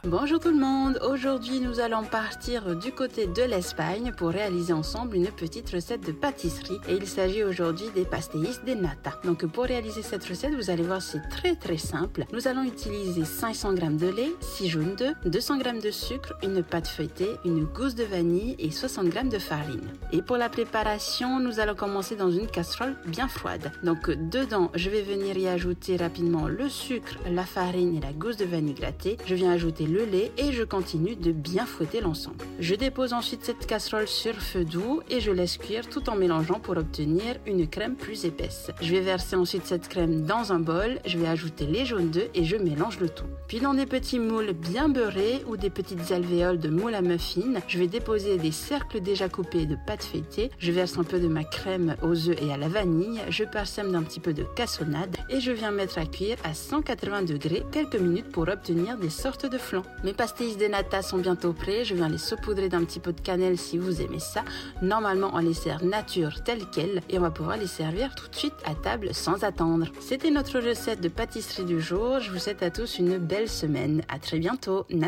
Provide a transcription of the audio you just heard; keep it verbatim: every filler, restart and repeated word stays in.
Bonjour tout le monde, aujourd'hui nous allons partir du côté de l'Espagne pour réaliser ensemble une petite recette de pâtisserie et il s'agit aujourd'hui des pastéis de nata. Donc pour réaliser cette recette, vous allez voir c'est très très simple. Nous allons utiliser cinq cents grammes de lait, six jaunes d'œufs, deux cents grammes de sucre, une pâte feuilletée, une gousse de vanille et soixante grammes de farine. Et pour la préparation, nous allons commencer dans une casserole bien froide. Donc dedans, je vais venir y ajouter rapidement le sucre, la farine et la gousse de vanille grattée. Je viens ajouter le lait et je continue de bien fouetter l'ensemble. Je dépose ensuite cette casserole sur feu doux et je laisse cuire tout en mélangeant pour obtenir une crème plus épaisse. Je vais verser ensuite cette crème dans un bol, je vais ajouter les jaunes d'œufs et je mélange le tout. Puis dans des petits moules bien beurrés ou des petites alvéoles de moule à muffins, je vais déposer des cercles déjà coupés de pâte feuilletée, je verse un peu de ma crème aux œufs et à la vanille, je parsème d'un petit peu de cassonade et je viens mettre à cuire à cent quatre-vingts degrés quelques minutes pour obtenir des sortes de flancs. Mes pastéis de nata sont bientôt prêts, je viens les saupoudrer d'un petit peu de cannelle si vous aimez ça. Normalement, on les sert nature telles quelles et on va pouvoir les servir tout de suite à table sans attendre. C'était notre recette de pâtisserie du jour. Je vous souhaite à tous une belle semaine. À très bientôt.